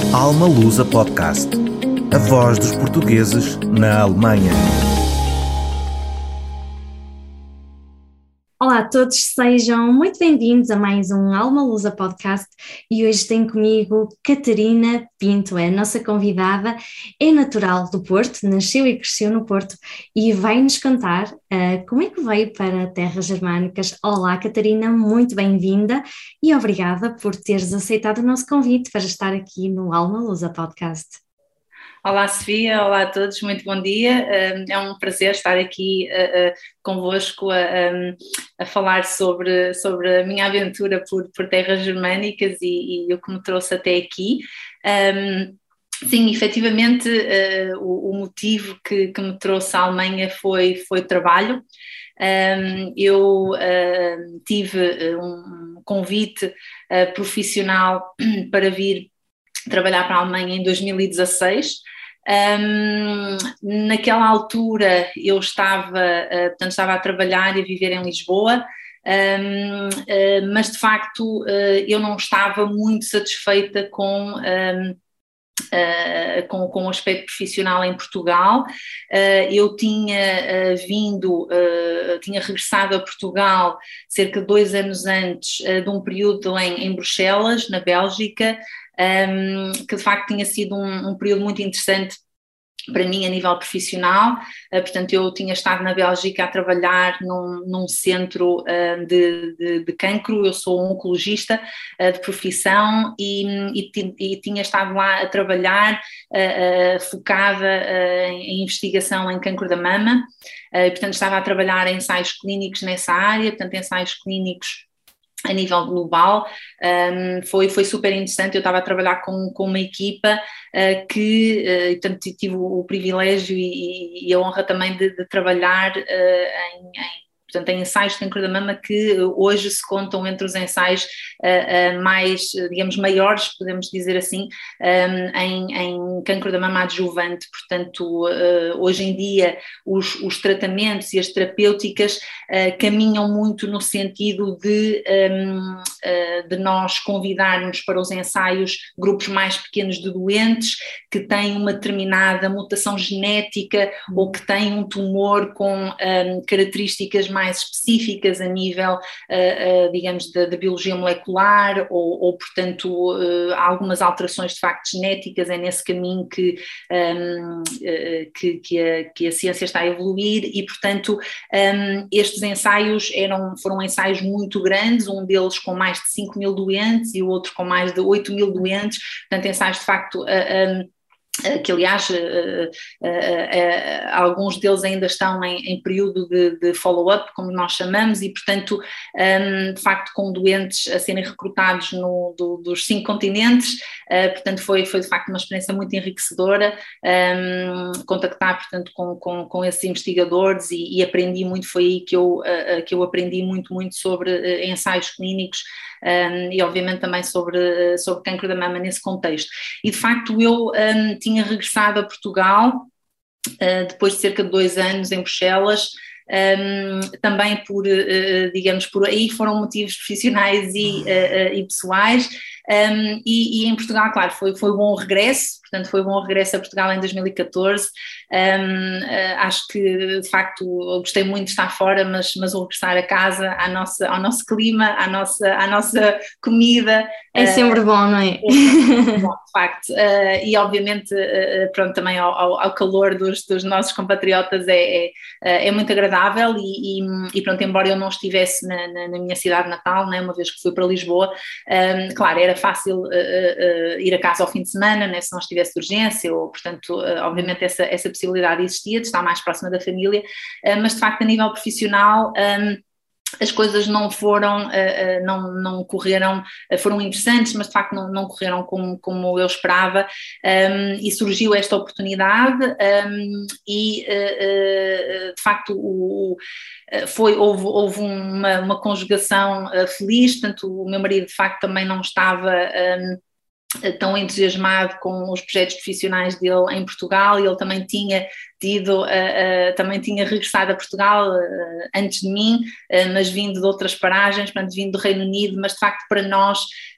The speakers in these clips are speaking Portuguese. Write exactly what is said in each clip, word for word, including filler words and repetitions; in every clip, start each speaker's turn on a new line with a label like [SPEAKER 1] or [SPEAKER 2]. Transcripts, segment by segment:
[SPEAKER 1] Alma Lusa Podcast. A voz dos portugueses na Alemanha.
[SPEAKER 2] Olá a todos, sejam muito bem-vindos a mais um Alma Lusa Podcast e hoje tem comigo Catarina Pinto, é a nossa convidada, é natural do Porto, nasceu e cresceu no Porto e vai-nos contar uh, como é que veio para terras germânicas. Olá Catarina, muito bem-vinda e obrigada por teres aceitado o nosso convite para estar aqui no Alma Lusa Podcast.
[SPEAKER 3] Olá Sofia, olá a todos, muito bom dia, é um prazer estar aqui uh, uh, convosco a, um, a falar sobre, sobre a minha aventura por, por terras germânicas e, e o que me trouxe até aqui. Um, sim, efetivamente uh, o, o motivo que, que me trouxe à Alemanha foi, foi o trabalho. Um, eu uh, tive um convite uh, profissional para vir trabalhar para a Alemanha em dois mil e dezasseis. Um, naquela altura eu estava, uh, portanto, estava a trabalhar e a viver em Lisboa, um, uh, mas de facto uh, eu não estava muito satisfeita com, um, uh, com, com o aspecto profissional em Portugal. Uh, eu tinha uh, vindo, uh, tinha regressado a Portugal cerca de dois anos antes uh, de um período em, em Bruxelas, na Bélgica, Um, que de facto tinha sido um, um período muito interessante para mim a nível profissional. Uh, portanto eu tinha estado na Bélgica a trabalhar num, num centro uh, de, de, de cancro. Eu sou um oncologista uh, de profissão e, e, e tinha estado lá a trabalhar uh, uh, focada uh, em investigação em cancro da mama, uh, portanto estava a trabalhar em ensaios clínicos nessa área, portanto ensaios clínicos a nível global. Um, foi, foi super interessante. Eu estava a trabalhar com, com uma equipa uh, que, uh, portanto, tive o, o privilégio e, e a honra também de, de trabalhar uh, em, em Portanto, em ensaios de cancro da mama que hoje se contam entre os ensaios uh, uh, mais, digamos, maiores, podemos dizer assim, um, em, em cancro da mama adjuvante. Portanto, uh, hoje em dia os, os tratamentos e as terapêuticas uh, caminham muito no sentido de, um, uh, de nós convidarmos para os ensaios grupos mais pequenos de doentes que têm uma determinada mutação genética ou que têm um tumor com um, características mais mais específicas a nível, uh, uh, digamos, da biologia molecular ou, ou portanto, uh, algumas alterações de facto genéticas. É nesse caminho que, um, uh, que, que, a, que a ciência está a evoluir e, portanto, um, estes ensaios eram, foram ensaios muito grandes, um deles com mais de cinco mil doentes e o outro com mais de oito mil doentes, portanto, ensaios de facto... Uh, um, que aliás uh, uh, uh, uh, alguns deles ainda estão em, em período de, de follow-up, como nós chamamos, e portanto um, de facto com doentes a serem recrutados no, do, dos cinco continentes, uh, portanto foi, foi de facto uma experiência muito enriquecedora, um, contactar portanto com, com, com esses investigadores e, e aprendi muito. Foi aí que eu, uh, que eu aprendi muito, muito sobre uh, ensaios clínicos um, e obviamente também sobre, sobre cancro da mama nesse contexto. E de facto eu um, tinha regressado a Portugal uh, depois de cerca de dois anos em Bruxelas, um, também por, uh, digamos, por aí foram motivos profissionais e, uh, uh, e pessoais. Um, e, e em Portugal, claro, foi, foi bom o regresso, portanto foi bom o regresso a Portugal em dois mil e catorze. Um, uh, acho que de facto eu gostei muito de estar fora, mas, mas o regressar a casa, à nossa, ao nosso clima, à nossa, à nossa comida.
[SPEAKER 2] É sempre uh, bom, não é?
[SPEAKER 3] É sempre bom, de facto. Uh, e obviamente, uh, pronto, também ao, ao, ao calor dos, dos nossos compatriotas é, é, é muito agradável e, e, e pronto, embora eu não estivesse na, na, na minha cidade natal, né, uma vez que fui para Lisboa, um, claro, era fácil uh, uh, ir a casa ao fim de semana, né, se não estivesse de urgência, ou portanto, uh, obviamente essa, essa possibilidade existia de estar mais próxima da família, uh, mas de facto a nível profissional um, as coisas não foram, uh, uh, não, não correram, uh, foram interessantes, mas de facto não, não correram como, como eu esperava, um, e surgiu esta oportunidade um, e uh, uh, de facto o, uh, foi, houve, houve uma, uma conjugação uh, feliz. Portanto o meu marido de facto também não estava um, tão entusiasmado com os projetos profissionais dele em Portugal, e ele também tinha tido, uh, uh, também tinha regressado a Portugal uh, antes de mim, uh, mas vindo de outras paragens, portanto vindo do Reino Unido, mas de facto para nós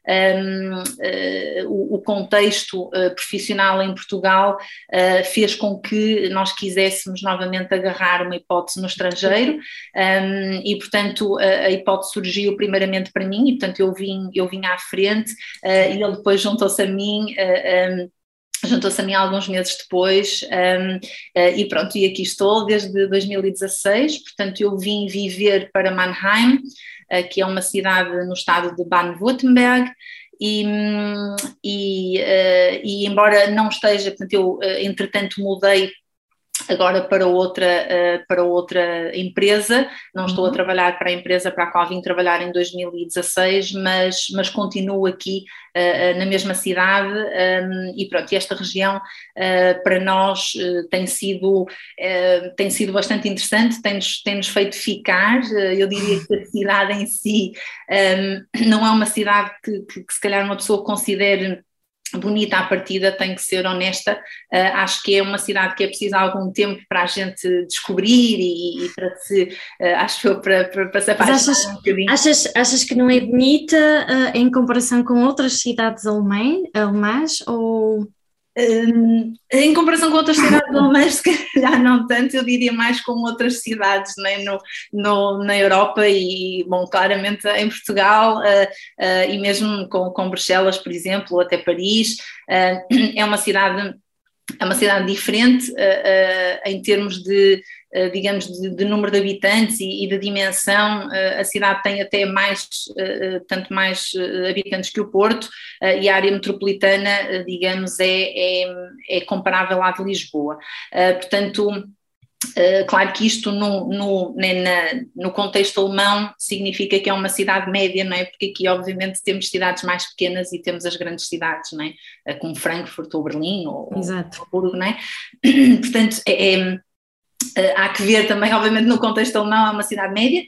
[SPEAKER 3] um, uh, o, o contexto uh, profissional em Portugal uh, fez com que nós quiséssemos novamente agarrar uma hipótese no estrangeiro, um, e portanto a, a hipótese surgiu primeiramente para mim, e portanto eu vim, eu vim à frente, uh, e ele depois juntou-se a mim, uh, um, juntou-se a mim alguns meses depois, um, uh, e pronto, e aqui estou desde dois mil e dezasseis, portanto eu vim viver para Mannheim, uh, que é uma cidade no estado de Baden-Württemberg, e, e, uh, e embora não esteja, portanto eu uh, entretanto mudei agora para outra, uh, para outra empresa, não estou a trabalhar para a empresa para a qual vim trabalhar em dois mil e dezasseis, mas, mas continuo aqui uh, na mesma cidade, um, e pronto, e esta região uh, para nós uh, tem, sido, uh, tem sido bastante interessante, tem-nos, tem-nos feito ficar, uh, eu diria que a cidade em si um, não é uma cidade que, que, que se calhar uma pessoa considere bonita à partida, tenho que ser honesta, uh, acho que é uma cidade que é preciso algum tempo para a gente descobrir e, e para se, uh, acho eu, para, para, para se apaixonar
[SPEAKER 2] achas,
[SPEAKER 3] um bocadinho.
[SPEAKER 2] Achas, achas que não é bonita uh, em comparação com outras cidades alemãs, alemãs ou...
[SPEAKER 3] Um, em comparação com outras cidades alemãs, se calhar não tanto, eu diria mais como outras cidades, né, no, no, na Europa e, bom, claramente em Portugal, uh, uh, e mesmo com, com Bruxelas, por exemplo, ou até Paris, uh, é uma cidade, é uma cidade diferente uh, uh, em termos de, uh, digamos, de, de número de habitantes e, e de dimensão. Uh, a cidade tem até mais, uh, tanto mais uh, habitantes que o Porto, uh, e a área metropolitana, uh, digamos, é, é, é comparável à de Lisboa. Uh, portanto, Uh, claro que isto no, no, né, na, no contexto alemão significa que é uma cidade média, não é? Porque aqui obviamente temos cidades mais pequenas e temos as grandes cidades, não é? Uh, como Frankfurt ou Berlim ou, ou Hamburgo, não é? Portanto, é, é, uh, há que ver também, obviamente no contexto alemão é uma cidade média,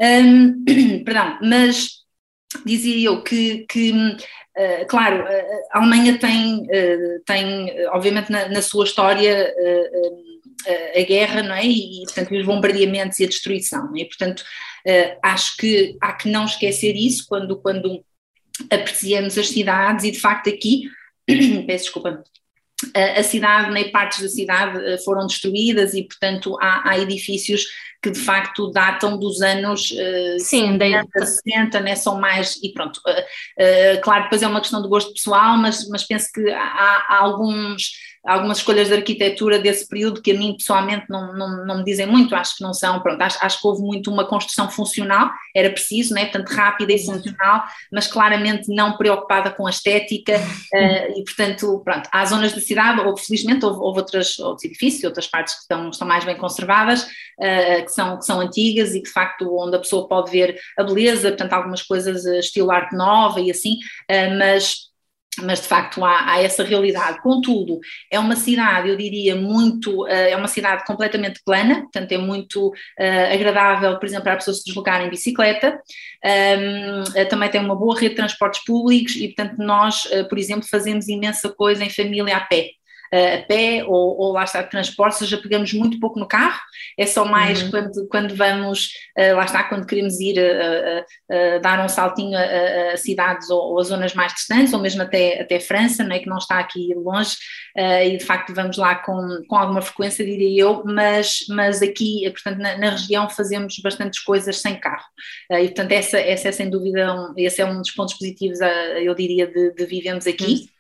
[SPEAKER 3] um, perdão, mas dizia eu que, que uh, claro, a Alemanha tem, uh, tem obviamente na, na sua história uh, a guerra, não é? E, portanto, os bombardeamentos e a destruição, não é? E, portanto, uh, acho que há que não esquecer isso quando, quando apreciamos as cidades e, de facto, aqui, peço desculpa, uh, a cidade, nem partes da cidade uh, foram destruídas e, portanto, há, há edifícios que de facto datam dos anos uh,
[SPEAKER 2] Sim,
[SPEAKER 3] setenta, sessenta, né? São mais, e pronto, uh, uh, claro, depois é uma questão de gosto pessoal, mas, mas penso que há, há alguns, algumas escolhas de arquitetura desse período que a mim pessoalmente não, não, não me dizem muito, acho que não são, pronto, acho, acho que houve muito uma construção funcional, era preciso, né? Portanto rápida e funcional, mas claramente não preocupada com a estética, uh, e portanto, pronto, há zonas da cidade, ou felizmente houve, houve outras, outros edifícios, outras partes que estão, estão mais bem conservadas, uh, que são, que são antigas e que de facto onde a pessoa pode ver a beleza, portanto algumas coisas estilo arte nova e assim, mas, mas de facto há, há essa realidade. Contudo, é uma cidade, eu diria muito, é uma cidade completamente plana, portanto é muito uh, agradável, por exemplo, para a pessoa se deslocar em bicicleta, um, também tem uma boa rede de transportes públicos e portanto nós, uh, por exemplo, fazemos imensa coisa em família a pé. a pé ou, ou lá está de transporte, ou seja, pegamos muito pouco no carro, é só mais uhum. quando, quando vamos, uh, lá está, quando queremos ir uh, uh, uh, dar um saltinho a, a cidades ou, ou a zonas mais distantes, ou mesmo até, até França, não é, que não está aqui longe, uh, e de facto vamos lá com, com alguma frequência, diria eu, mas, mas aqui, portanto, na, na região fazemos bastantes coisas sem carro, uh, e portanto essa, essa é sem dúvida, um, esse é um dos pontos positivos, uh, eu diria, de, de vivemos aqui. Uhum.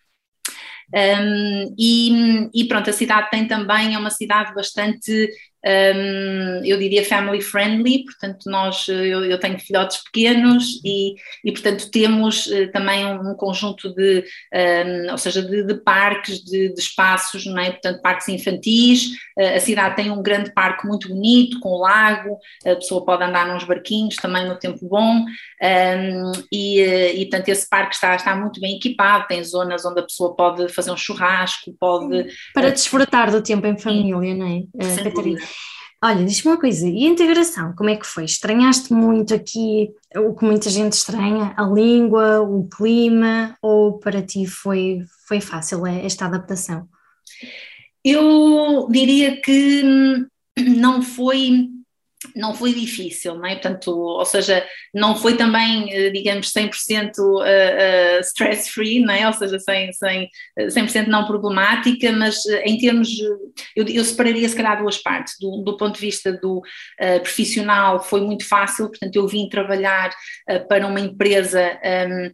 [SPEAKER 3] Um, e, e pronto, a cidade tem também, é uma cidade bastante, um, eu diria family friendly, portanto nós, eu, eu tenho filhotes pequenos e, e portanto temos uh, também um, um conjunto de, um, ou seja, de, de parques, de, de espaços, não é? Portanto parques infantis, uh, a cidade tem um grande parque muito bonito, com lago, a pessoa pode andar nos barquinhos também no tempo bom, um, e, uh, e portanto esse parque está, está muito bem equipado, tem zonas onde a pessoa pode fazer um churrasco, pode...
[SPEAKER 2] Para uh, desfrutar do tempo em família, não é, uh, Catarina? Olha, diz-me uma coisa, e a integração, como é que foi? Estranhaste muito aqui o que muita gente estranha, a língua, o clima, ou para ti foi, foi fácil esta adaptação?
[SPEAKER 3] Eu diria que não foi não foi difícil, não é? Portanto, ou seja, não foi também, digamos, cem por cento uh, uh, stress-free, não é? Ou seja, sem, sem, cem por cento não problemática, mas uh, em termos, eu, eu separaria se calhar duas partes. Do, do ponto de vista do uh, profissional foi muito fácil, portanto eu vim trabalhar uh, para uma empresa... Um,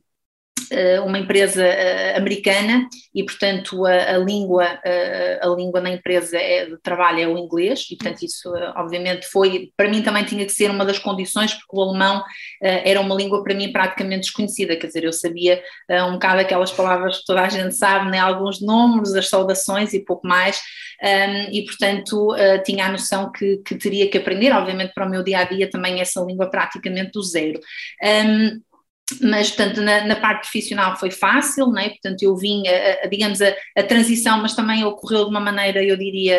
[SPEAKER 3] uma empresa uh, americana e, portanto, a, a língua uh, a língua na empresa é, de trabalho é o inglês e, portanto, isso uh, obviamente foi, para mim também tinha que ser uma das condições, porque o alemão uh, era uma língua para mim praticamente desconhecida, quer dizer, eu sabia uh, um bocado aquelas palavras que toda a gente sabe, né, alguns números, as saudações e pouco mais, um, e, portanto, uh, tinha a noção que, que teria que aprender, obviamente para o meu dia-a-dia também essa língua praticamente do zero. Um, Mas, portanto, na, na parte profissional foi fácil, não é? Portanto, eu vim, a, a, digamos, a, a transição, mas também ocorreu de uma maneira, eu diria,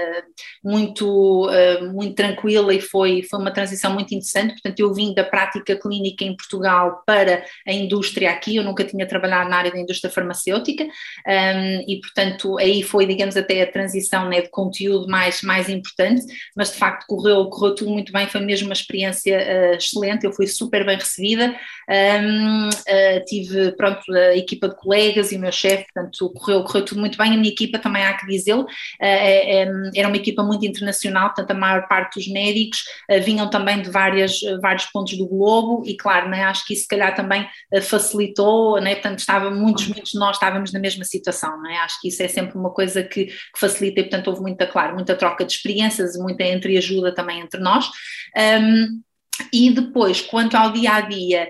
[SPEAKER 3] uh, muito, uh, muito tranquila e foi, foi uma transição muito interessante. Portanto, eu vim da prática clínica em Portugal para a indústria aqui, eu nunca tinha trabalhado na área da indústria farmacêutica um, e, portanto, aí foi, digamos, até a transição, né, de conteúdo mais, mais importante, mas, de facto, correu, correu tudo muito bem, foi mesmo uma experiência uh, excelente, eu fui super bem recebida. Um, Um, uh, tive, pronto, a equipa de colegas e o meu chefe, portanto, correu, correu tudo muito bem. A minha equipa também há que dizê-lo, uh, é, é, era uma equipa muito internacional, portanto, a maior parte dos médicos uh, vinham também de várias, uh, vários pontos do globo e, claro, né, acho que isso se calhar também uh, facilitou, né, portanto, estava, muitos, muitos de nós estávamos na mesma situação, né, acho que isso é sempre uma coisa que, que facilita e, portanto, houve muita, claro, muita troca de experiências, muita entreajuda também entre nós. Um, E depois, quanto ao dia-a-dia,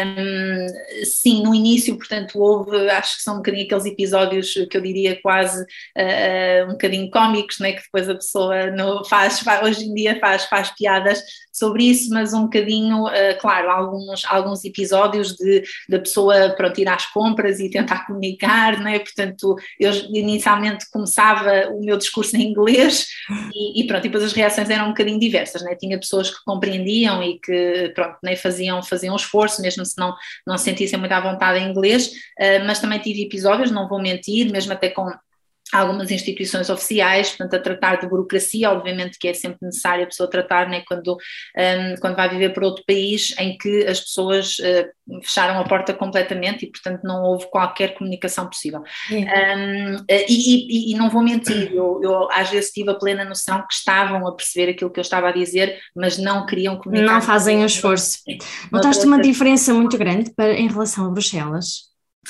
[SPEAKER 3] um, sim, no início, portanto, houve, acho que são um bocadinho aqueles episódios que eu diria quase uh, um bocadinho cómicos, né, que depois a pessoa não faz, faz, hoje em dia faz, faz piadas sobre isso, mas um bocadinho, uh, claro, alguns, alguns episódios de da pessoa, pronto, ir às compras e tentar comunicar, né, portanto, eu inicialmente começava o meu discurso em inglês e, e pronto, e depois as reações eram um bocadinho diversas, né, tinha pessoas que compreendiam e que, pronto, nem faziam, faziam esforço, mesmo se não, não se sentissem muito à vontade em inglês, uh, mas também tive episódios, não vou mentir, mesmo até com algumas instituições oficiais, portanto, a tratar de burocracia, obviamente que é sempre necessário a pessoa tratar, né, quando, um, quando vai viver para outro país, em que as pessoas uh, fecharam a porta completamente e, portanto, não houve qualquer comunicação possível. É. Um, e, e, e não vou mentir, eu, eu às vezes tive a plena noção que estavam a perceber aquilo que eu estava a dizer, mas não queriam comunicar.
[SPEAKER 2] Não fazem o esforço. Notaste uma diferença muito grande para, em relação a Bruxelas?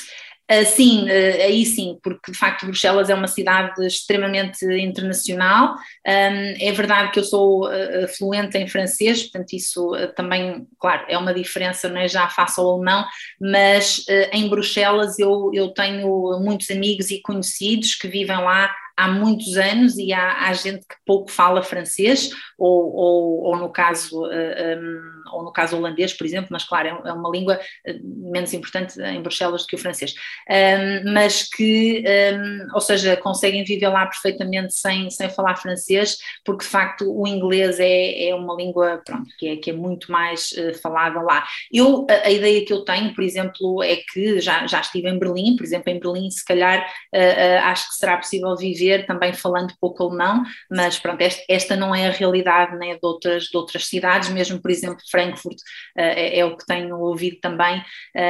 [SPEAKER 3] Uh, sim, uh, aí sim, porque de facto Bruxelas é uma cidade extremamente internacional. Um, é verdade que eu sou uh, fluente em francês, portanto isso uh, também, claro, é uma diferença, não é, já face ao alemão, mas uh, em Bruxelas eu, eu tenho muitos amigos e conhecidos que vivem lá há muitos anos e há, há gente que pouco fala francês, ou, ou, ou, no caso, uh, um, ou no caso holandês, por exemplo, mas claro, é, é uma língua menos importante em Bruxelas do que o francês, um, mas que, um, ou seja, conseguem viver lá perfeitamente sem, sem falar francês, porque de facto o inglês é, é uma língua, pronto, que é, que é muito mais uh, falada lá. Eu, a, a ideia que eu tenho, por exemplo, é que já, já estive em Berlim, por exemplo, em Berlim se calhar uh, uh, acho que será possível viver também falando pouco alemão, mas pronto, esta, esta não é a realidade, né, de, outras, de outras cidades, mesmo por exemplo Frankfurt uh, é, é o que tenho ouvido também,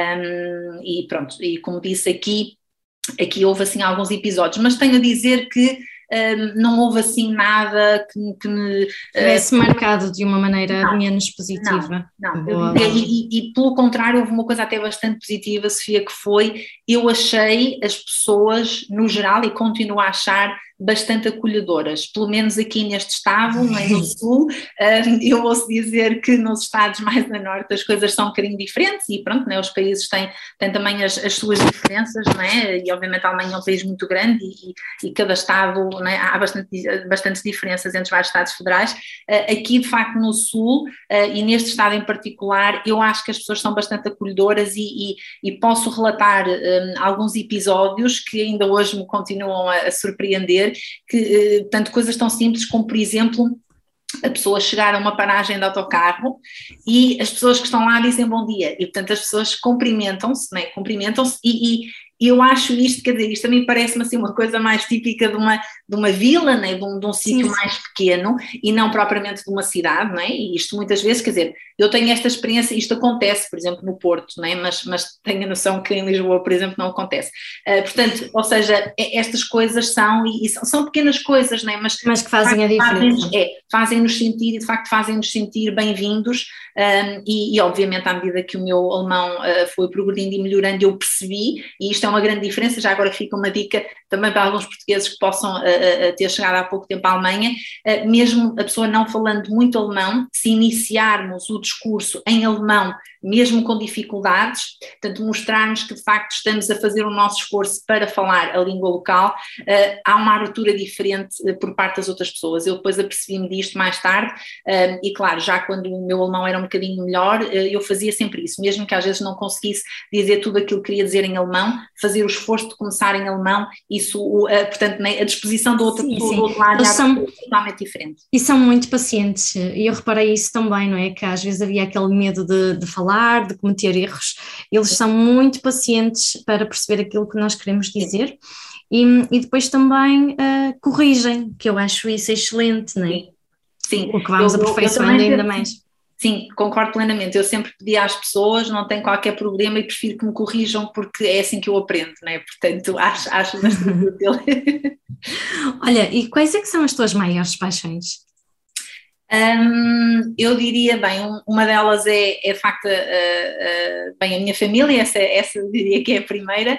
[SPEAKER 3] um, e pronto, e como disse aqui, aqui houve assim alguns episódios, mas tenho a dizer que Um, não houve assim nada que, que me...
[SPEAKER 2] Tivesse uh, marcado de uma maneira não, menos positiva.
[SPEAKER 3] Não, não. Eu, e, e, e pelo contrário houve uma coisa até bastante positiva, Sofia, que foi, eu achei as pessoas no geral, e continuo a achar, bastante acolhedoras, pelo menos aqui neste estado, no sul, eu ouço dizer que nos estados mais a norte as coisas são um bocadinho diferentes e pronto, né, os países têm, têm também as, as suas diferenças, não é? E obviamente a Alemanha é um país muito grande e, e cada estado, não é? Há bastante, bastantes diferenças entre os vários estados federais. Aqui de facto no sul e neste estado em particular eu acho que as pessoas são bastante acolhedoras e, e, e posso relatar um, alguns episódios que ainda hoje me continuam a, a surpreender, que tanto coisas tão simples como, por exemplo, a pessoa chegar a uma paragem de autocarro e as pessoas que estão lá dizem bom dia e, portanto, as pessoas cumprimentam-se, não é? Cumprimentam-se e, e eu acho isto, quer dizer, isto também parece-me assim uma coisa mais típica de uma, de uma vila, né? de um, de um sítio mais pequeno e não propriamente de uma cidade, não é? E isto muitas vezes, quer dizer, eu tenho esta experiência, isto acontece, por exemplo, no Porto, não é? mas, mas tenho a noção que em Lisboa, por exemplo, não acontece. Uh, portanto, ou seja, estas coisas são, e, e são, são pequenas coisas, não é? mas,
[SPEAKER 2] mas que fazem a diferença.
[SPEAKER 3] Fazem, é, fazem-nos sentir, e de facto fazem-nos sentir bem-vindos, um, e, e obviamente à medida que o meu alemão uh, foi progredindo e melhorando, eu percebi, e isto é uma grande diferença, já agora fica uma dica também para alguns portugueses que possam uh, uh, ter chegado há pouco tempo à Alemanha, uh, mesmo a pessoa não falando muito alemão, se iniciarmos o discurso em alemão, mesmo com dificuldades, portanto mostrarmos que de facto estamos a fazer o nosso esforço para falar a língua local, uh, há uma abertura diferente uh, por parte das outras pessoas. Eu depois apercebi-me disto mais tarde, uh, e claro, já quando o meu alemão era um bocadinho melhor, uh, eu fazia sempre isso, mesmo que às vezes não conseguisse dizer tudo aquilo que queria dizer em alemão, fazer o esforço de começar em alemão, isso, uh, portanto, né, a disposição do outro,
[SPEAKER 2] sim,
[SPEAKER 3] do,
[SPEAKER 2] sim.
[SPEAKER 3] do outro lado já
[SPEAKER 2] são,
[SPEAKER 3] é totalmente diferente.
[SPEAKER 2] E são muito pacientes, e eu reparei isso também, não é? Que às vezes havia aquele medo de, de falar, de cometer erros. Eles são muito pacientes para perceber aquilo que nós queremos dizer, e, e depois também uh, corrigem, que eu acho isso excelente, não é?
[SPEAKER 3] Sim, sim.
[SPEAKER 2] O que vamos
[SPEAKER 3] eu,
[SPEAKER 2] aperfeiçoando
[SPEAKER 3] eu
[SPEAKER 2] ainda
[SPEAKER 3] sempre,
[SPEAKER 2] mais.
[SPEAKER 3] Sim, concordo plenamente. Eu sempre pedi às pessoas, não tenho qualquer problema e prefiro que me corrijam porque é assim que eu aprendo, não é? Portanto, acho, acho bastante útil.
[SPEAKER 2] Olha, e quais é que são as tuas maiores paixões?
[SPEAKER 3] Um, eu diria, bem, um, uma delas é, é de facto, uh, uh, bem, a minha família, essa, essa eu diria que é a primeira,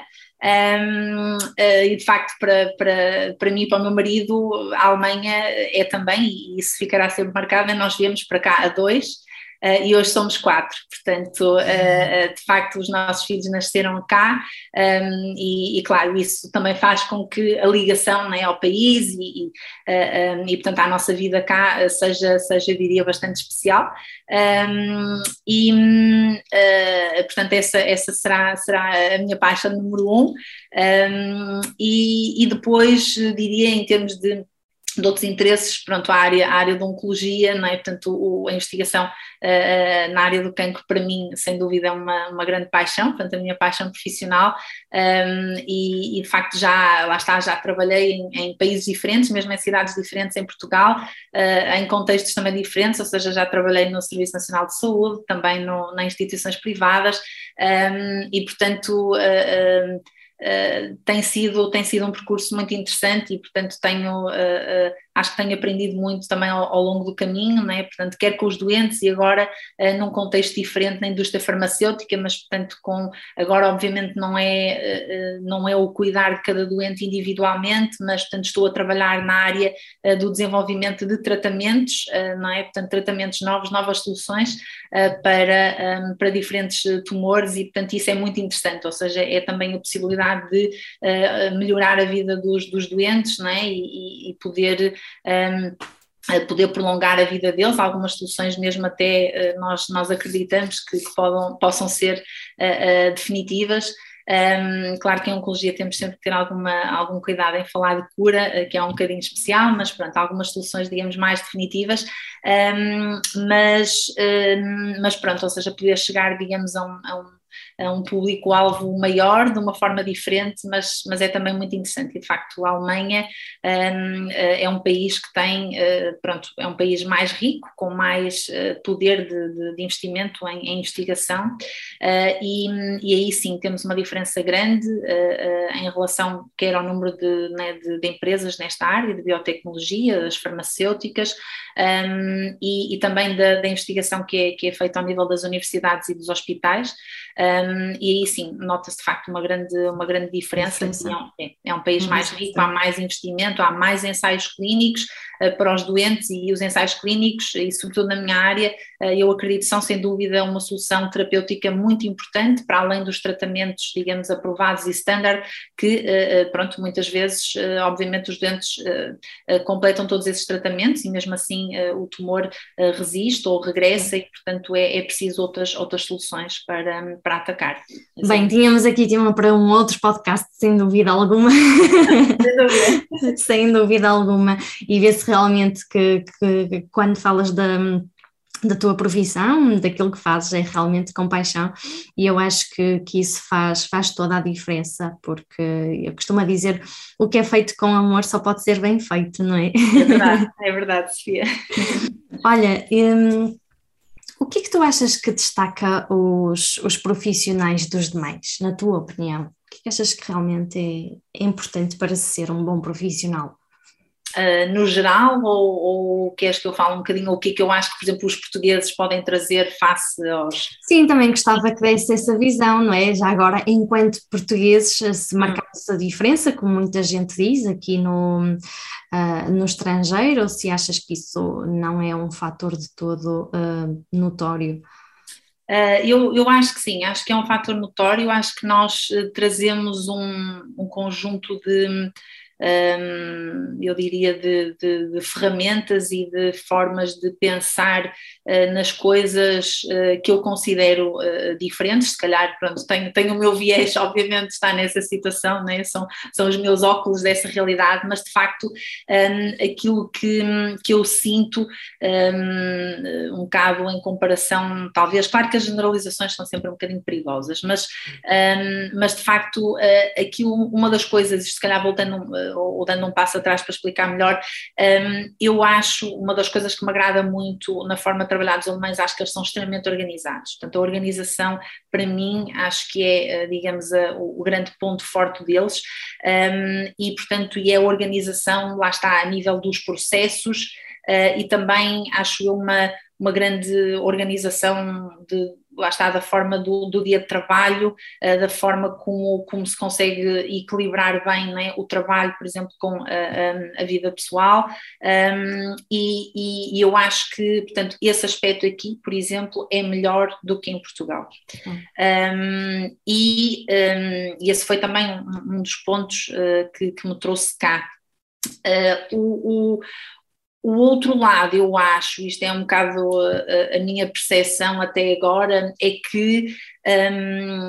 [SPEAKER 3] um, uh, e de facto para, para, para mim e para o meu marido a Alemanha é também, e isso ficará sempre marcado, nós viemos para cá a dois, Uh, e hoje somos quatro, portanto, uh, uh, de facto os nossos filhos nasceram cá, um, e, e claro, isso também faz com que a ligação, né, ao país e, e, uh, um, e portanto à nossa vida cá seja, seja, eu diria, bastante especial, um, e uh, portanto essa, essa será, será a minha paixão número um, um, e, e depois diria em termos de de outros interesses, pronto, a área, a área da oncologia, não é? Portanto, o, a investigação uh, na área do cancro para mim, sem dúvida, é uma, uma grande paixão, portanto, a minha paixão profissional, um, e, e de facto já, lá está, já trabalhei em, em países diferentes, mesmo em cidades diferentes em Portugal, uh, em contextos também diferentes, ou seja, já trabalhei no Serviço Nacional de Saúde, também no, nas instituições privadas, um, e portanto... Uh, uh, Uh, tem sido, tem sido um percurso muito interessante e portanto tenho, uh, uh, acho que tenho aprendido muito também ao, ao longo do caminho, né? Portanto quer com os doentes e agora uh, num contexto diferente na indústria farmacêutica, mas portanto com, agora obviamente não é, uh, não é o cuidar de cada doente individualmente, mas portanto estou a trabalhar na área uh, do desenvolvimento de tratamentos, uh, não é? Portanto tratamentos novos, novas soluções uh, para, um, para diferentes tumores e portanto isso é muito interessante, ou seja, é também a possibilidade de uh, melhorar a vida dos, dos doentes, não é? e, e poder, um, poder prolongar a vida deles, algumas soluções mesmo até uh, nós, nós acreditamos que, que podam, possam ser uh, uh, definitivas. Um, claro que em oncologia temos sempre que ter alguma, algum cuidado em falar de cura, uh, que é um bocadinho especial, mas pronto, algumas soluções digamos mais definitivas, um, mas, um, mas pronto, ou seja, poder chegar digamos a um, a um a um público-alvo maior, de uma forma diferente, mas, mas é também muito interessante, e de facto a Alemanha um, é um país que tem, uh, pronto, é um país mais rico, com mais uh, poder de, de, de investimento em, em investigação, uh, e, e aí sim temos uma diferença grande uh, uh, em relação quer ao número de, né, de, de empresas nesta área, de biotecnologia, das farmacêuticas, um, e, e também da, da investigação que é, que é feita ao nível das universidades e dos hospitais. Um, e aí sim, nota-se de facto uma grande, uma grande diferença, é, é um país mais rico, há mais investimento, há mais ensaios clínicos uh, para os doentes, e os ensaios clínicos, e sobretudo na minha área, uh, eu acredito são sem dúvida uma solução terapêutica muito importante, para além dos tratamentos, digamos, aprovados e standard, que uh, pronto, muitas vezes, uh, obviamente os doentes uh, uh, completam todos esses tratamentos, e mesmo assim uh, o tumor uh, resiste ou regressa, e portanto é, é preciso outras, outras soluções para, para atacar.
[SPEAKER 2] Bem, tínhamos aqui tema para um outro podcast, sem dúvida alguma. Sem dúvida. Sem dúvida alguma. E vê-se realmente que, que, que quando falas da, da tua profissão, daquilo que fazes, é realmente com paixão, e eu acho que, que isso faz, faz toda a diferença, porque eu costumo dizer, o que é feito com amor só pode ser bem feito, não é?
[SPEAKER 3] É verdade, é verdade, Sofia.
[SPEAKER 2] Olha, hum, o que é que tu achas que destaca os, os profissionais dos demais, na tua opinião? O que é que achas que realmente é, é importante para ser um bom profissional?
[SPEAKER 3] Uh, no geral, ou, ou queres que eu fale um bocadinho o que é que eu acho que, por exemplo, os portugueses podem trazer face aos...
[SPEAKER 2] Sim, também gostava que desse essa visão, não é? Já agora, enquanto portugueses, se marcasse a diferença, como muita gente diz aqui no, uh, no estrangeiro, ou se achas que isso não é um fator de todo uh, notório?
[SPEAKER 3] Uh, eu, eu acho que sim, acho que é um fator notório, acho que nós uh, trazemos um, um conjunto de... Um, eu diria de, de, de ferramentas e de formas de pensar uh, nas coisas uh, que eu considero uh, diferentes, se calhar, pronto, tenho, tenho o meu viés, obviamente está nessa situação, né? são, são os meus óculos dessa realidade, mas de facto um, aquilo que, que eu sinto um, um bocado em comparação, talvez, claro que as generalizações são sempre um bocadinho perigosas, mas, um, mas de facto uh, aquilo, uma das coisas, se calhar voltando uh, ou dando um passo atrás para explicar melhor, um, eu acho, uma das coisas que me agrada muito na forma de trabalhar dos alemães, acho que eles são extremamente organizados, portanto a organização para mim acho que é, digamos, a, o grande ponto forte deles, um, e portanto e é a organização, lá está, a nível dos processos, uh, e também acho eu uma, uma grande organização de lá está, da forma do, do dia de trabalho, uh, da forma como, como se consegue equilibrar bem, né, o trabalho, por exemplo, com a, a, a vida pessoal, um, e, e eu acho que, portanto, esse aspecto aqui, por exemplo, é melhor do que em Portugal. Uhum. Um, e, um, e esse foi também um, um dos pontos uh, que, que me trouxe cá. Uh, o, o O outro lado, eu acho, isto é um bocado a, a minha percepção até agora, é que um,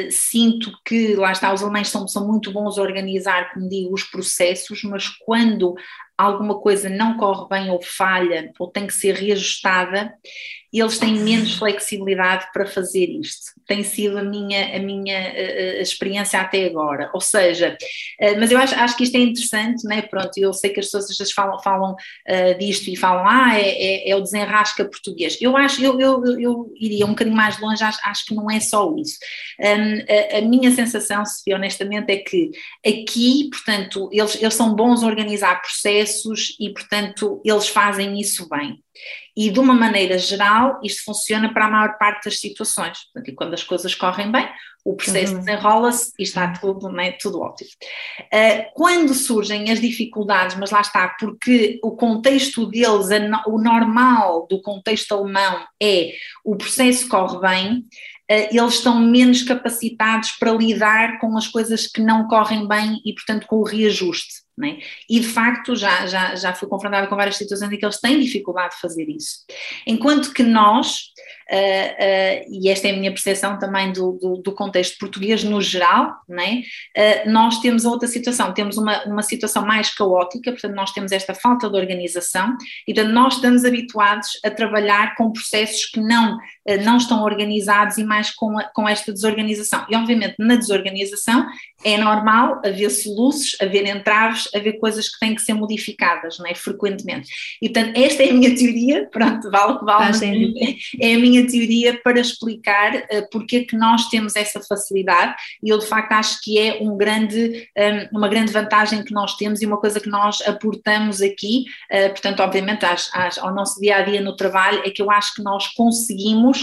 [SPEAKER 3] sinto que, lá está, os alemães são, são muito bons a organizar, como digo, os processos, mas quando alguma coisa não corre bem ou falha, ou tem que ser reajustada, eles têm menos flexibilidade para fazer isto. Tem sido a minha, a minha a, a experiência até agora. Ou seja, uh, mas eu acho, acho que isto é interessante, né? Pronto, eu sei que as pessoas às vezes falam, falam uh, disto e falam, ah, é, é, é o desenrasca português. Eu acho, eu, eu, eu iria um bocadinho mais longe, acho, acho que não é só isso. Um, a, a minha sensação, Sofia, honestamente, é que aqui, portanto, eles, eles são bons a organizar processos e, portanto, eles fazem isso bem. E de uma maneira geral isto funciona para a maior parte das situações, portanto, e quando as coisas correm bem, o processo uhum. desenrola-se e está tudo, né, tudo ótimo. Uh, quando surgem as dificuldades, mas lá está, porque o contexto deles, a, o normal do contexto alemão é o processo corre bem, uh, eles estão menos capacitados para lidar com as coisas que não correm bem e, portanto, com o reajuste. Né? E de facto já, já, já fui confrontada com várias situações em que eles têm dificuldade de fazer isso, enquanto que nós, uh, uh, e esta é a minha percepção também do, do, do contexto português no geral, né? uh, nós temos outra situação, temos uma, uma situação mais caótica, portanto nós temos esta falta de organização e portanto nós estamos habituados a trabalhar com processos que não, uh, não estão organizados e mais com, a, com esta desorganização, e obviamente na desorganização é normal haver soluços, haver entraves, haver coisas que têm que ser modificadas, não é? Frequentemente. E, portanto, esta é a minha teoria, pronto, vale o que vale, mas é a minha teoria para explicar uh, porque é que nós temos essa facilidade, e eu de facto acho que é um grande, um, uma grande vantagem que nós temos e uma coisa que nós aportamos aqui, uh, portanto, obviamente, às, às, ao nosso dia-a-dia no trabalho, é que eu acho que nós conseguimos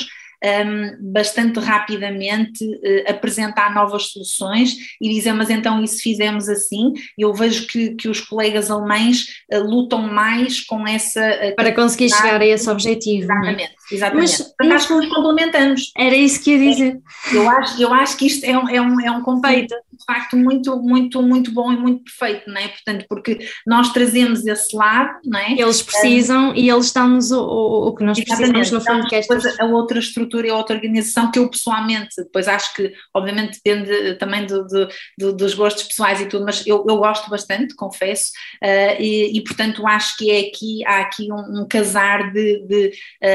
[SPEAKER 3] Um, bastante rapidamente uh, apresentar novas soluções e dizer, mas então e se fizemos assim? Eu vejo que, que os colegas alemães uh, lutam mais com essa... Uh,
[SPEAKER 2] para conseguir chegar a esse objetivo.
[SPEAKER 3] Exatamente,
[SPEAKER 2] né?
[SPEAKER 3] exatamente.
[SPEAKER 2] Mas,
[SPEAKER 3] mas acho que nos complementamos.
[SPEAKER 2] Era isso que ia dizer.
[SPEAKER 3] É, eu, acho, eu acho que isto é um, é um, é um conceito de facto muito, muito, muito bom e muito perfeito, não é? Portanto, porque nós trazemos esse lado, não é?
[SPEAKER 2] Eles precisam um, e eles dão-nos o, o, o que nós precisamos no fundo, que é
[SPEAKER 3] a outra estrutura e a outra organização que eu pessoalmente, depois acho que obviamente depende também do, do, do, dos gostos pessoais e tudo, mas eu, eu gosto bastante, confesso, uh, e, e portanto acho que é aqui, há aqui um, um casar de, de, uh,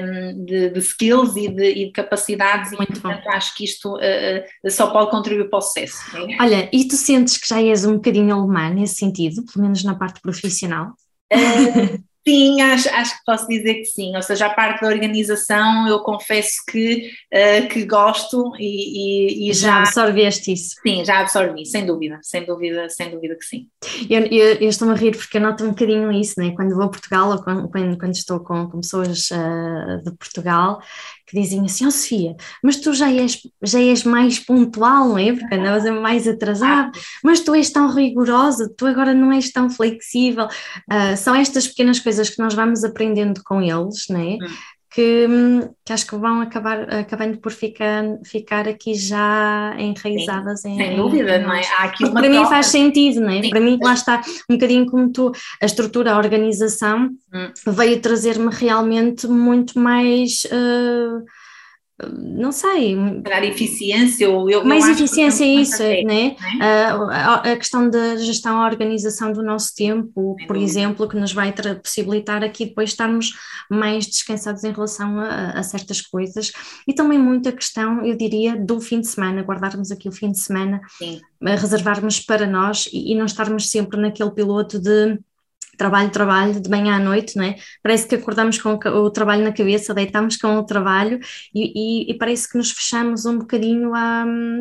[SPEAKER 3] um, de, de skills e de, e de capacidades, e portanto acho que isto uh, só pode contribuir para o sucesso. É?
[SPEAKER 2] Olha, e tu sentes que já és um bocadinho alemã nesse sentido, pelo menos na parte profissional?
[SPEAKER 3] Uh, sim, acho, acho que posso dizer que sim, ou seja, a parte da organização eu confesso que, uh, que gosto e, e, e
[SPEAKER 2] já,
[SPEAKER 3] já
[SPEAKER 2] absorveste isso.
[SPEAKER 3] Sim, já absorvi, sem dúvida, sem dúvida, sem dúvida que sim.
[SPEAKER 2] Eu, eu, eu estou-me a rir porque eu noto um bocadinho isso, né? Quando vou a Portugal ou quando, quando, quando estou com, com pessoas uh, de Portugal que dizem assim, ó oh, Sofia, mas tu já és, já és mais pontual, não é? Porque andavas mais atrasado, mas tu és tão rigorosa, tu agora não és tão flexível. Uh, são estas pequenas coisas que nós vamos aprendendo com eles, não é? Hum. Que, que acho que vão acabar acabando por ficar, ficar aqui já enraizadas.
[SPEAKER 3] Sim,
[SPEAKER 2] em,
[SPEAKER 3] sem dúvida,
[SPEAKER 2] em
[SPEAKER 3] não é? Há aqui uma
[SPEAKER 2] para
[SPEAKER 3] troca.
[SPEAKER 2] mim faz sentido, não é?
[SPEAKER 3] Sim.
[SPEAKER 2] Para mim lá está um bocadinho como tu, a estrutura, a organização hum. veio trazer-me realmente muito mais... Uh, não sei.
[SPEAKER 3] Dar eficiência ou eu,
[SPEAKER 2] mais
[SPEAKER 3] eu
[SPEAKER 2] eficiência é isso,
[SPEAKER 3] até,
[SPEAKER 2] né? A, a questão da gestão, a organização do nosso tempo, por exemplo, que nos vai possibilitar aqui depois estarmos mais descansados em relação a, a certas coisas, e também muita questão, eu diria, do fim de semana, guardarmos aqui o fim de semana,
[SPEAKER 3] Sim.
[SPEAKER 2] reservarmos para nós e, e não estarmos sempre naquele piloto de trabalho, trabalho, de manhã à noite, não é? Parece que acordamos com o trabalho na cabeça, deitamos com o trabalho e, e, e parece que nos fechamos um bocadinho a,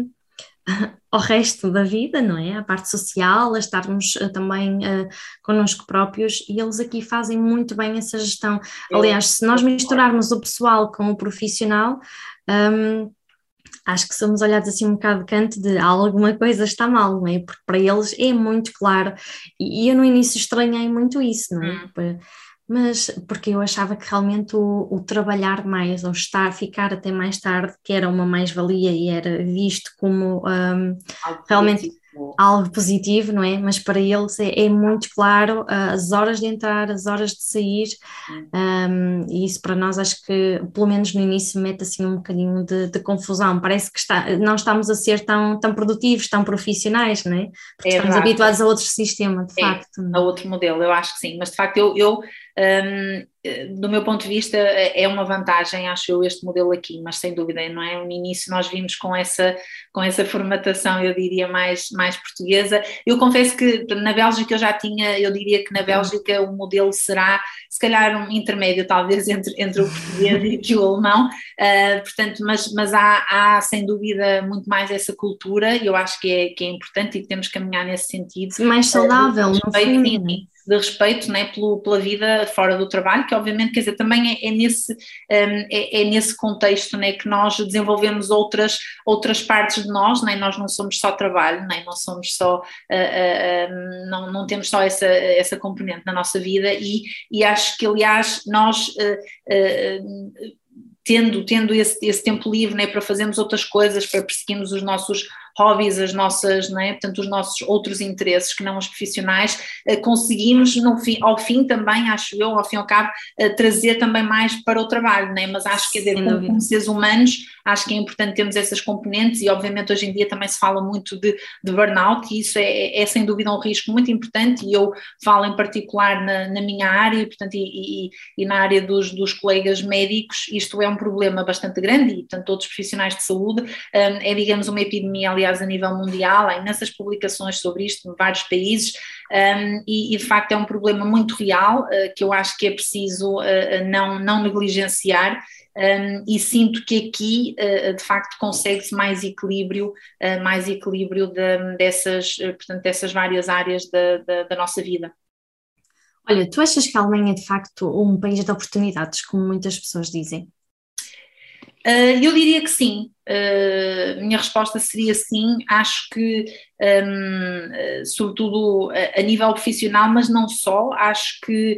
[SPEAKER 2] ao resto da vida, não é? A parte social, a estarmos uh, também uh, connosco próprios, e eles aqui fazem muito bem essa gestão. Aliás, se nós misturarmos o pessoal com o profissional, um, acho que somos olhados assim um bocado de canto de alguma coisa está mal, não é? Porque para eles é muito claro, e eu no início estranhei muito isso, não é? Hum. Mas porque eu achava que realmente o, o trabalhar mais, ou estar, ficar até mais tarde, que era uma mais-valia e era visto como um,
[SPEAKER 3] algo
[SPEAKER 2] realmente
[SPEAKER 3] positivo.
[SPEAKER 2] Algo positivo, não é? Mas para eles é, é muito claro uh, as horas de entrar, as horas de sair, um, e isso para nós acho que, pelo menos no início, mete assim um bocadinho de, de confusão. Parece que está, não estamos a ser tão, tão produtivos, tão profissionais, não é? Porque
[SPEAKER 3] é
[SPEAKER 2] estamos
[SPEAKER 3] verdade.
[SPEAKER 2] habituados a outro sistema, de
[SPEAKER 3] é,
[SPEAKER 2] facto.
[SPEAKER 3] A outro modelo, eu acho que sim, mas de facto eu, eu um, do meu ponto de vista é uma vantagem, acho eu, este modelo aqui, mas sem dúvida, não é? No início nós vimos com essa, com essa formatação, eu diria, mais, mais portuguesa. Eu confesso que na Bélgica eu já tinha, eu diria que na Bélgica o modelo será, se calhar, um intermédio, talvez, entre, entre o português e o alemão, uh, portanto, mas, mas há, há, sem dúvida, muito mais essa cultura, e eu acho que é, que é importante e que temos que caminhar nesse sentido.
[SPEAKER 2] Mais saudável, uh, no fundo.
[SPEAKER 3] Sim, sim. De respeito, né, pelo, pela vida fora do trabalho, que obviamente, quer dizer, também é, é, nesse, um, é, é nesse contexto, né, que nós desenvolvemos outras, outras partes de nós, né, nós não somos só trabalho, né, não somos só, uh, uh, não, não temos só essa, essa componente na nossa vida, e, e acho que, aliás, nós... Uh, uh, tendo, tendo esse, esse tempo livre, né, para fazermos outras coisas, para perseguirmos os nossos hobbies, as nossas, né, portanto, os nossos outros interesses que não os profissionais, eh, conseguimos no fim, ao fim também, acho eu, ao fim e ao cabo, eh, trazer também mais para o trabalho, né, mas acho que, quer dizer, como, como seres humanos, acho que é importante termos essas componentes, e obviamente hoje em dia também se fala muito de, de burnout, e isso é, é sem dúvida um risco muito importante, e eu falo em particular na, na minha área, portanto, e, e, e na área dos, dos colegas médicos, isto é um problema bastante grande, e portanto todos os profissionais de saúde, um, é digamos uma epidemia, aliás, a nível mundial, há imensas publicações sobre isto em vários países, um, e, e de facto é um problema muito real, uh, que eu acho que é preciso uh, não, não negligenciar, um, e sinto que aqui uh, de facto consegue-se mais equilíbrio, uh, mais equilíbrio de, dessas, uh, portanto, dessas várias áreas da, da, da nossa vida.
[SPEAKER 2] Olha, tu achas que a Alemanha é de facto um país de oportunidades, como muitas pessoas dizem?
[SPEAKER 3] Uh, eu diria que sim, uh, minha resposta seria sim, acho que um, uh, sobretudo a, a nível profissional, mas não só, acho que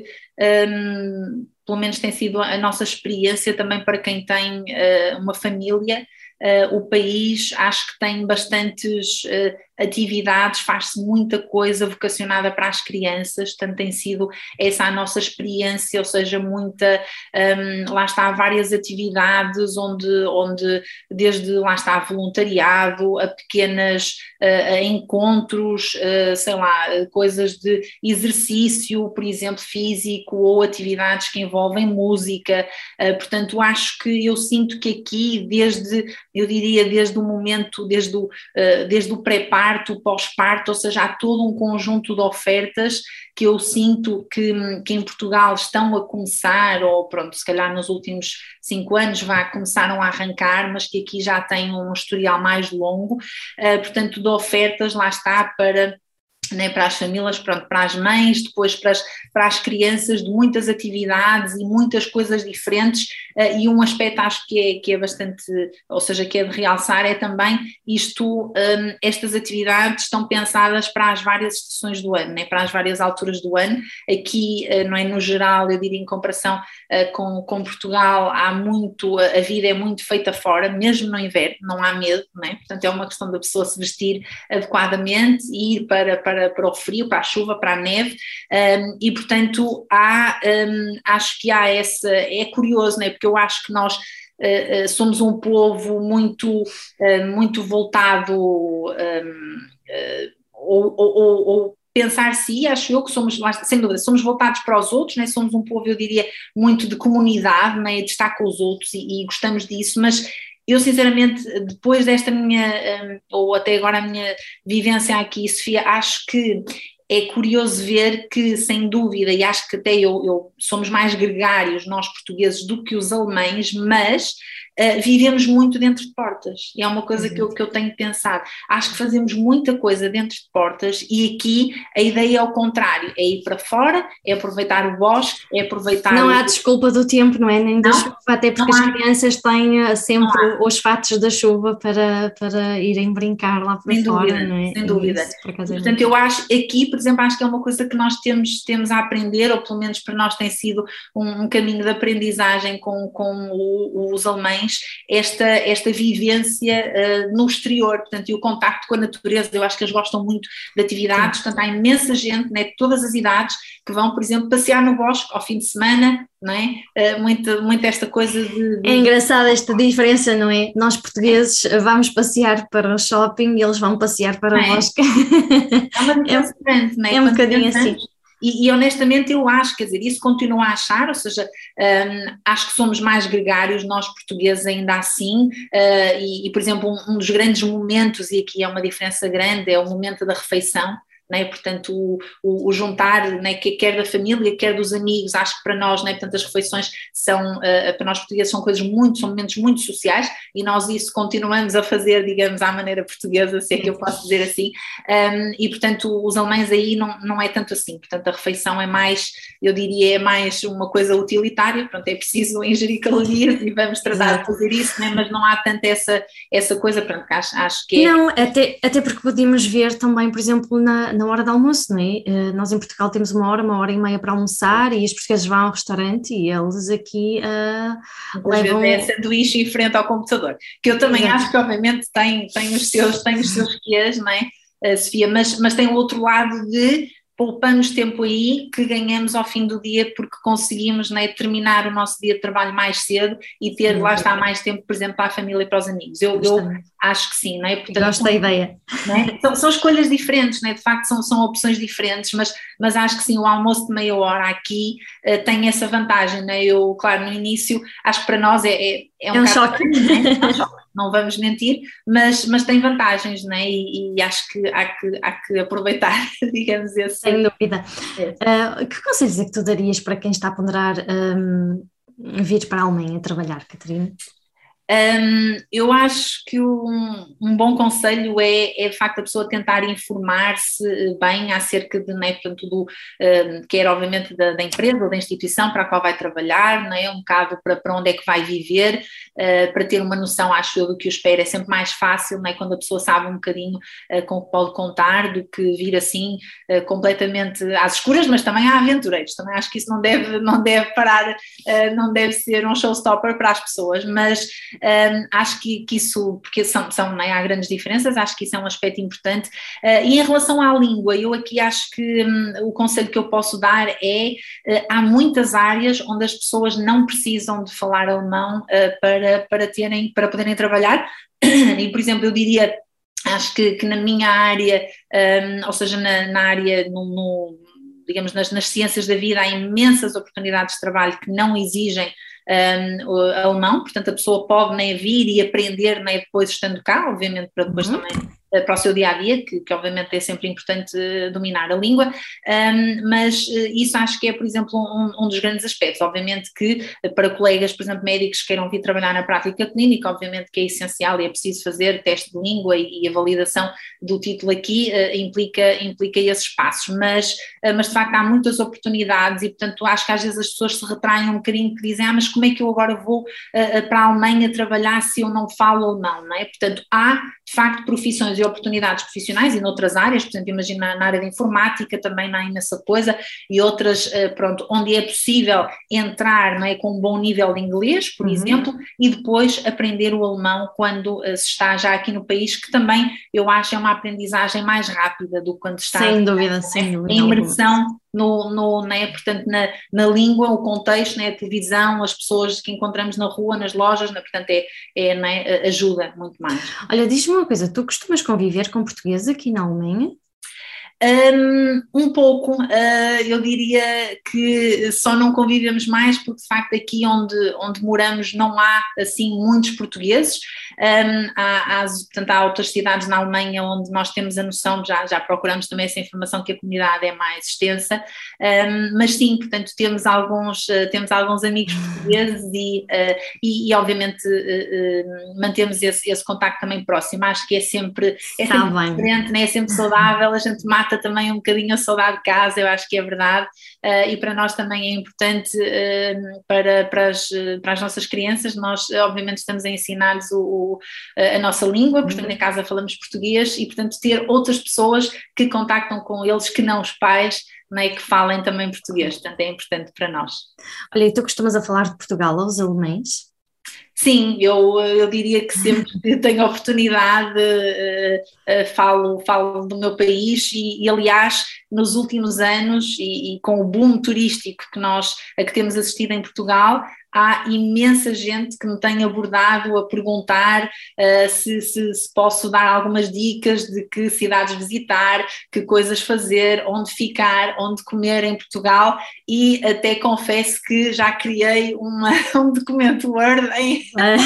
[SPEAKER 3] um, pelo menos tem sido a nossa experiência também para quem tem uh, uma família, uh, o país acho que tem bastantes uh, atividades, faz-se muita coisa vocacionada para as crianças, portanto tem sido essa a nossa experiência, ou seja, muita, um, lá está, várias atividades onde, onde desde lá está voluntariado, a pequenas uh, a encontros, uh, sei lá, coisas de exercício, por exemplo, físico, ou atividades que envolvem música, uh, portanto acho que eu sinto que aqui desde, eu diria desde o momento, desde o, uh, desde o pré-parto, o pós-parto, ou seja, há todo um conjunto de ofertas que eu sinto que, que em Portugal estão a começar, ou pronto, se calhar nos últimos cinco anos vá, começaram a arrancar, mas que aqui já têm um historial mais longo, uh, portanto de ofertas, lá está, para... Né, para as famílias, pronto, para as mães, depois para as, para as crianças, de muitas atividades e muitas coisas diferentes, uh, e um aspecto acho que é, que é bastante, ou seja, que é de realçar, é também isto, um, estas atividades estão pensadas para as várias estações do ano, né, para as várias alturas do ano, aqui, uh, não é, no geral, eu diria em comparação uh, com, com Portugal, há muito, a vida é muito feita fora, mesmo no inverno, não há medo, né, portanto é uma questão da pessoa se vestir adequadamente e ir para, para Para, para o frio, para a chuva, para a neve, um, e portanto há, um, acho que há essa, é curioso, né? Porque eu acho que nós uh, uh, somos um povo muito, uh, muito voltado, um, uh, ou, ou, ou pensar-se, acho eu que somos, sem dúvida, somos voltados para os outros, né? Somos um povo, eu diria, muito de comunidade, né? De estar com os outros e, e gostamos disso, mas eu sinceramente, depois desta minha, ou até agora a minha vivência aqui, Sofia, acho que é curioso ver que, sem dúvida, e acho que até eu, eu somos mais gregários, nós portugueses, do que os alemães, mas uh, vivemos muito dentro de portas, e é uma coisa que eu, que eu tenho pensado, acho que fazemos muita coisa dentro de portas, e aqui a ideia é o contrário, é ir para fora, é aproveitar o bosque, é aproveitar...
[SPEAKER 2] Não
[SPEAKER 3] o...
[SPEAKER 2] há desculpa do tempo, não é? Nem da chuva, até porque as crianças têm sempre os fatos da chuva para, para irem brincar lá para
[SPEAKER 3] sem
[SPEAKER 2] fora,
[SPEAKER 3] dúvida,
[SPEAKER 2] não é?
[SPEAKER 3] Sem dúvida,
[SPEAKER 2] isso,
[SPEAKER 3] e, portanto eu acho, aqui por exemplo, acho que é uma coisa que nós temos, temos a aprender, ou pelo menos para nós tem sido um, um caminho de aprendizagem com, com o, os alemães, esta, esta vivência uh, no exterior, portanto, e o contacto com a natureza. Eu acho que eles gostam muito de atividades, portanto há imensa gente, né, de todas as idades, que vão, por exemplo, passear no bosque ao fim de semana, não é? Uh, muito, muito esta coisa de, de...
[SPEAKER 2] É engraçada esta diferença, não é? Nós portugueses é. vamos passear para o shopping e eles vão passear para o
[SPEAKER 3] é.
[SPEAKER 2] bosque.
[SPEAKER 3] É uma diferença é, grande, não é?
[SPEAKER 2] É um bocadinho assim.
[SPEAKER 3] E, e honestamente eu acho, quer dizer, isso continuo a achar, ou seja, um, acho que somos mais gregários, nós portugueses ainda assim, uh, e, e por exemplo um, um dos grandes momentos, e aqui é uma diferença grande, é o momento da refeição. Né? Portanto o, o, o juntar, né? Quer da família, quer dos amigos, acho que para nós, né? Portanto as refeições são, uh, para nós portugueses são coisas muito, são momentos muito sociais, e nós isso continuamos a fazer, digamos, à maneira portuguesa, se é que eu posso dizer assim, um, e portanto os alemães aí não, não é tanto assim, portanto a refeição é mais, eu diria, é mais uma coisa utilitária, portanto é preciso ingerir calorias e vamos tratar de fazer isso, né? Mas não há tanto essa, essa coisa, portanto, acho, acho que é...
[SPEAKER 2] Não, até, até porque podemos ver também, por exemplo, na na hora do almoço, não é? Nós em Portugal temos uma hora, uma hora e meia para almoçar, e os portugueses vão ao restaurante e eles aqui uh, levam...
[SPEAKER 3] vezes é sanduíche em frente ao computador, que eu também Exato. Acho que obviamente tem, tem os seus, tem os seus quês, não é, Sofia, mas, mas tem o outro lado de poupamos tempo aí que ganhamos ao fim do dia porque conseguimos, né, terminar o nosso dia de trabalho mais cedo e ter, sim, lá está, mais tempo, por exemplo, para a família e para os amigos. Eu, eu acho que sim, não é?
[SPEAKER 2] Portanto, gosto da ideia.
[SPEAKER 3] Né? São, são escolhas diferentes, né? De facto são, são opções diferentes, mas, mas acho que sim, o almoço de meia hora aqui uh, tem essa vantagem, né? Eu, claro, no início, acho que para nós é, é, é um,
[SPEAKER 2] é um choque.
[SPEAKER 3] Né? É um choque. Não vamos mentir, mas, mas tem vantagens, né? E, e acho que há, que há que aproveitar, digamos assim.
[SPEAKER 2] Sem dúvida. É. Uh, que conselhos é que tu darias para quem está a ponderar um, vir para a Alemanha trabalhar, Catarina?
[SPEAKER 3] Um, eu acho que um, um bom conselho é, é de facto a pessoa tentar informar-se bem acerca de, né, portanto, do, um, quer obviamente da, da empresa ou da instituição para a qual vai trabalhar, né, um bocado para, para onde é que vai viver, uh, para ter uma noção, acho eu, do que o espera. É sempre mais fácil, né, quando a pessoa sabe um bocadinho uh, com o que pode contar, do que vir assim uh, completamente às escuras, mas também há aventureiros, também acho que isso não deve, não deve parar, uh, não deve ser um showstopper para as pessoas, mas um, acho que, que isso, porque são, são não é, há grandes diferenças, acho que isso é um aspecto importante. Uh, e em relação à língua, eu aqui acho que um, o conselho que eu posso dar é, uh, há muitas áreas onde as pessoas não precisam de falar alemão uh, para, para, terem, para poderem trabalhar, e por exemplo eu diria, acho que, que na minha área, um, ou seja, na, na área, no, no, digamos, nas, nas ciências da vida, há imensas oportunidades de trabalho que não exigem um, alemão, portanto a pessoa pode nem vir e aprender nem depois estando cá, obviamente para depois uhum. também para o seu dia-a-dia, que, que obviamente é sempre importante dominar a língua, um, mas isso acho que é, por exemplo, um, um dos grandes aspectos. Obviamente que para colegas, por exemplo, médicos que queiram vir trabalhar na prática clínica, obviamente que é essencial e é preciso fazer teste de língua e, e a validação do título aqui uh, implica, implica esses passos, mas, uh, mas de facto há muitas oportunidades e portanto acho que às vezes as pessoas se retraem um bocadinho, que dizem, ah, mas como é que eu agora vou uh, para a Alemanha trabalhar se eu não falo alemão, não é? Portanto, há de facto profissões e oportunidades profissionais e noutras áreas, por exemplo, imagina na área da informática também não há imensa coisa e outras, pronto, onde é possível entrar, não é, com um bom nível de inglês, por uhum. exemplo, e depois aprender o alemão quando se está já aqui no país, que também eu acho é uma aprendizagem mais rápida do que quando está
[SPEAKER 2] sem dúvida, sem dúvida,
[SPEAKER 3] em imersão no, no, né, portanto, na, na língua, o contexto, né, a televisão, as pessoas que encontramos na rua, nas lojas, né, portanto é, é, né, ajuda muito mais.
[SPEAKER 2] Olha, diz-me uma coisa, tu costumas conviver com portugueses aqui na Alemanha?
[SPEAKER 3] Um, um pouco, uh, eu diria que só não convivemos mais porque de facto aqui onde, onde moramos não há assim muitos portugueses, um, há, há, portanto, há outras cidades na Alemanha onde nós temos a noção, já, já procuramos também essa informação que a comunidade é mais extensa, um, mas sim, portanto temos alguns, uh, temos alguns amigos portugueses e, uh, e, e obviamente uh, uh, mantemos esse, esse contacto também próximo, acho que é sempre, é sempre tá diferente, né? É sempre saudável, a gente mata também um bocadinho a saudade de casa, eu acho que é verdade, uh, e para nós também é importante uh, para, para, as, para as nossas crianças, nós obviamente estamos a ensinar-lhes o, o, a nossa língua, portanto em casa falamos português e portanto ter outras pessoas que contactam com eles que não os pais, não é, que falem também português, portanto é importante para nós.
[SPEAKER 2] Olha, e tu costumas a falar de Portugal aos alemães?
[SPEAKER 3] Sim, eu, eu diria que sempre que tenho oportunidade uh, uh, falo, falo do meu país e, e aliás, nos últimos anos e, e com o boom turístico que nós, a que temos assistido em Portugal, há imensa gente que me tem abordado a perguntar uh, se, se, se posso dar algumas dicas de que cidades visitar, que coisas fazer, onde ficar, onde comer em Portugal e até confesso que já criei uma, um documento Word em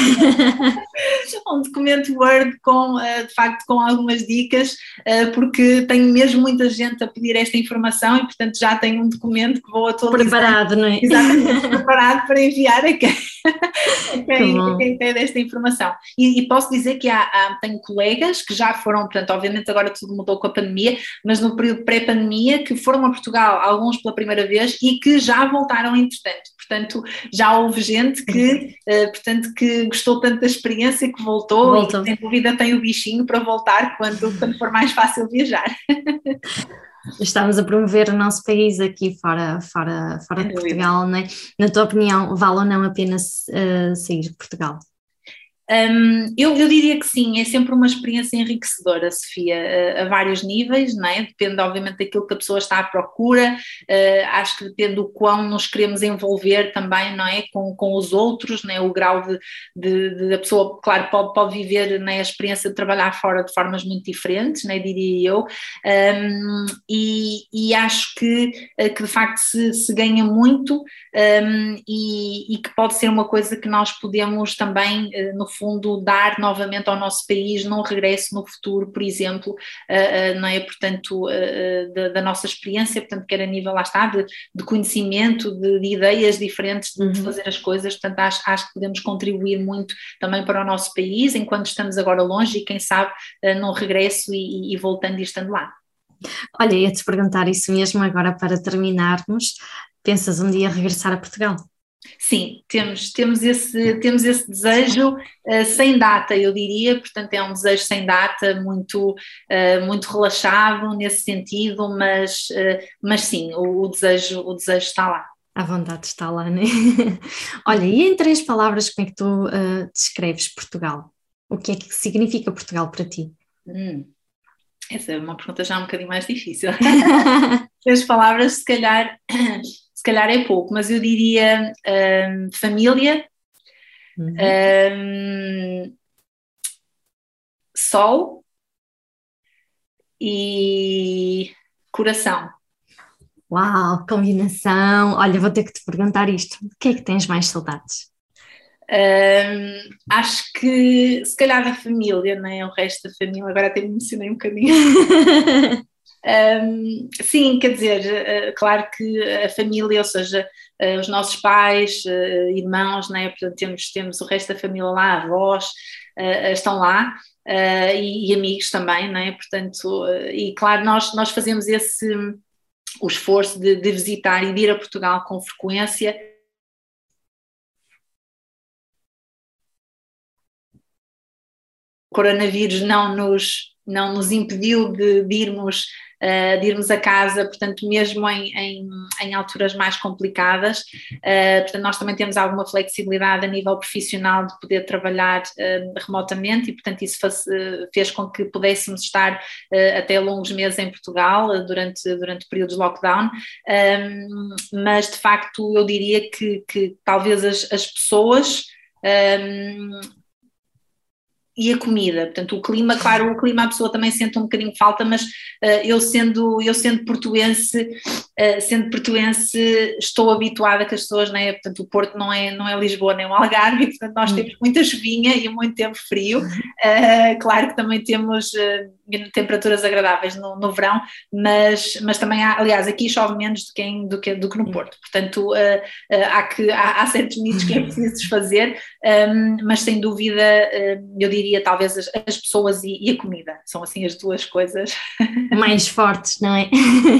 [SPEAKER 3] um documento Word com, uh, de facto, com algumas dicas, uh, porque tenho mesmo muita gente a pedir esta informação e, portanto, já tenho um documento que vou atualizar.
[SPEAKER 2] Preparado, não é?
[SPEAKER 3] Exatamente, preparado para enviar a quem, a quem, a quem tem desta informação. E, e posso dizer que há, há, tenho colegas que já foram, portanto, obviamente agora tudo mudou com a pandemia, mas no período pré-pandemia que foram a Portugal, alguns pela primeira vez e que já voltaram entretanto. Portanto, já houve gente que, uh, portanto, que gostou tanto da experiência que voltou, voltou. E sem dúvida tem o bichinho para voltar quando, quando for mais fácil viajar.
[SPEAKER 2] Estamos a promover o nosso país aqui fora, fora, fora de Portugal, não é? Na tua opinião, vale ou não a pena uh, sair de Portugal?
[SPEAKER 3] Um, eu, eu diria que sim, é sempre uma experiência enriquecedora, Sofia, a, a vários níveis, não é? Depende obviamente daquilo que a pessoa está à procura, uh, acho que depende do quão nos queremos envolver também, não é? Com, com os outros, não é? O grau de, de, de a pessoa, claro, pode, pode viver, não é? A experiência de trabalhar fora de formas muito diferentes, não é? Diria eu, um, e, e acho que, que de facto se, se ganha muito um, e, e que pode ser uma coisa que nós podemos também, uh, no fundo, dar novamente ao nosso país num regresso no futuro, por exemplo, uh, uh, não é? Portanto, uh, da, da nossa experiência, portanto, quer a nível, lá está, de, de conhecimento, de, de ideias diferentes de, de fazer as coisas, portanto, acho, acho que podemos contribuir muito também para o nosso país, enquanto estamos agora longe e, quem sabe, uh, num regresso e, e voltando e estando lá.
[SPEAKER 2] Olha, ia-te perguntar isso mesmo agora para terminarmos. Pensas um dia regressar a Portugal?
[SPEAKER 3] Sim, temos, temos, esse, temos esse desejo uh, sem data, eu diria, portanto é um desejo sem data, muito, uh, muito relaxado nesse sentido, mas, uh, mas sim, o, o, desejo, o desejo está lá.
[SPEAKER 2] À vontade está lá, né? Olha, e em três palavras, como é que tu uh, descreves Portugal? O que é que significa Portugal para ti?
[SPEAKER 3] Hum, essa é uma pergunta já um bocadinho mais difícil. Três palavras, se calhar, se calhar é pouco, mas eu diria um, família, uhum. um, sol e coração.
[SPEAKER 2] Uau, combinação! Olha, vou ter que te perguntar isto. O que é que tens mais saudades?
[SPEAKER 3] Um, acho que se calhar da família, não é? O resto da família, agora até me emocionei um bocadinho. um, sim, quer dizer, uh, claro que a família, ou seja, uh, os nossos pais, uh, irmãos, não é? Portanto, temos, temos o resto da família lá, avós, uh, estão lá. Uh, e, e amigos também, não é? Portanto, uh, e claro, nós, nós fazemos esse o esforço de, de visitar e de ir a Portugal com frequência. O coronavírus não nos, não nos impediu de, de, irmos, uh, de irmos a casa, portanto, mesmo em, em, em alturas mais complicadas. Uh, portanto, nós também temos alguma flexibilidade a nível profissional de poder trabalhar uh, remotamente e, portanto, isso faz, uh, fez com que pudéssemos estar uh, até longos meses em Portugal uh, durante, durante períodos de lockdown. Um, mas, de facto, eu diria que, que talvez as, as pessoas... Um, e a comida, portanto o clima, claro, o clima a pessoa também sente um bocadinho falta, mas uh, eu sendo, eu sendo portuense, uh, sendo portuense estou habituada que as pessoas, não é? Portanto o Porto não é, não é Lisboa nem o Algarve, e, portanto nós temos muita chuvinha e muito tempo frio, uh, claro que também temos uh, temperaturas agradáveis no, no verão, mas, mas também há, aliás, aqui chove menos do que, em, do que, do que no Porto, portanto uh, uh, há, que, há, há certos mitos que é preciso desfazer, um, mas sem dúvida uh, eu diria diria talvez as, as pessoas e, e a comida, são assim as duas coisas
[SPEAKER 2] mais fortes, não é?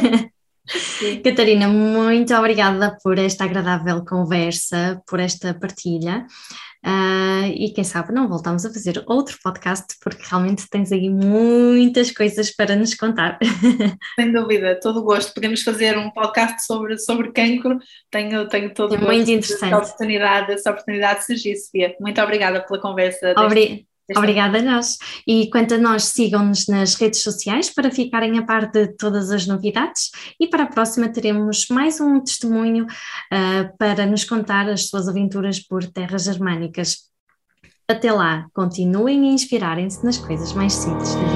[SPEAKER 2] Sim. Catarina, muito obrigada por esta agradável conversa, por esta partilha, uh, e quem sabe não voltamos a fazer outro podcast, porque realmente tens aí muitas coisas para nos contar.
[SPEAKER 3] Sem dúvida, todo o gosto, podemos fazer um podcast sobre, sobre cancro, tenho, tenho todo o gosto.
[SPEAKER 2] Muito interessante.
[SPEAKER 3] Essa oportunidade, essa oportunidade surgir, Sofia. Muito obrigada pela conversa.
[SPEAKER 2] Obrigada. Obrigada a nós. E quanto a nós, sigam-nos nas redes sociais para ficarem a par de todas as novidades, e para a próxima teremos mais um testemunho uh, para nos contar as suas aventuras por terras germânicas. Até lá, continuem a inspirarem-se nas coisas mais simples da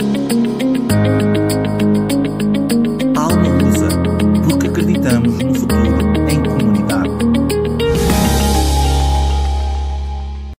[SPEAKER 1] vida. Alma Lusa, porque acreditamos no futuro.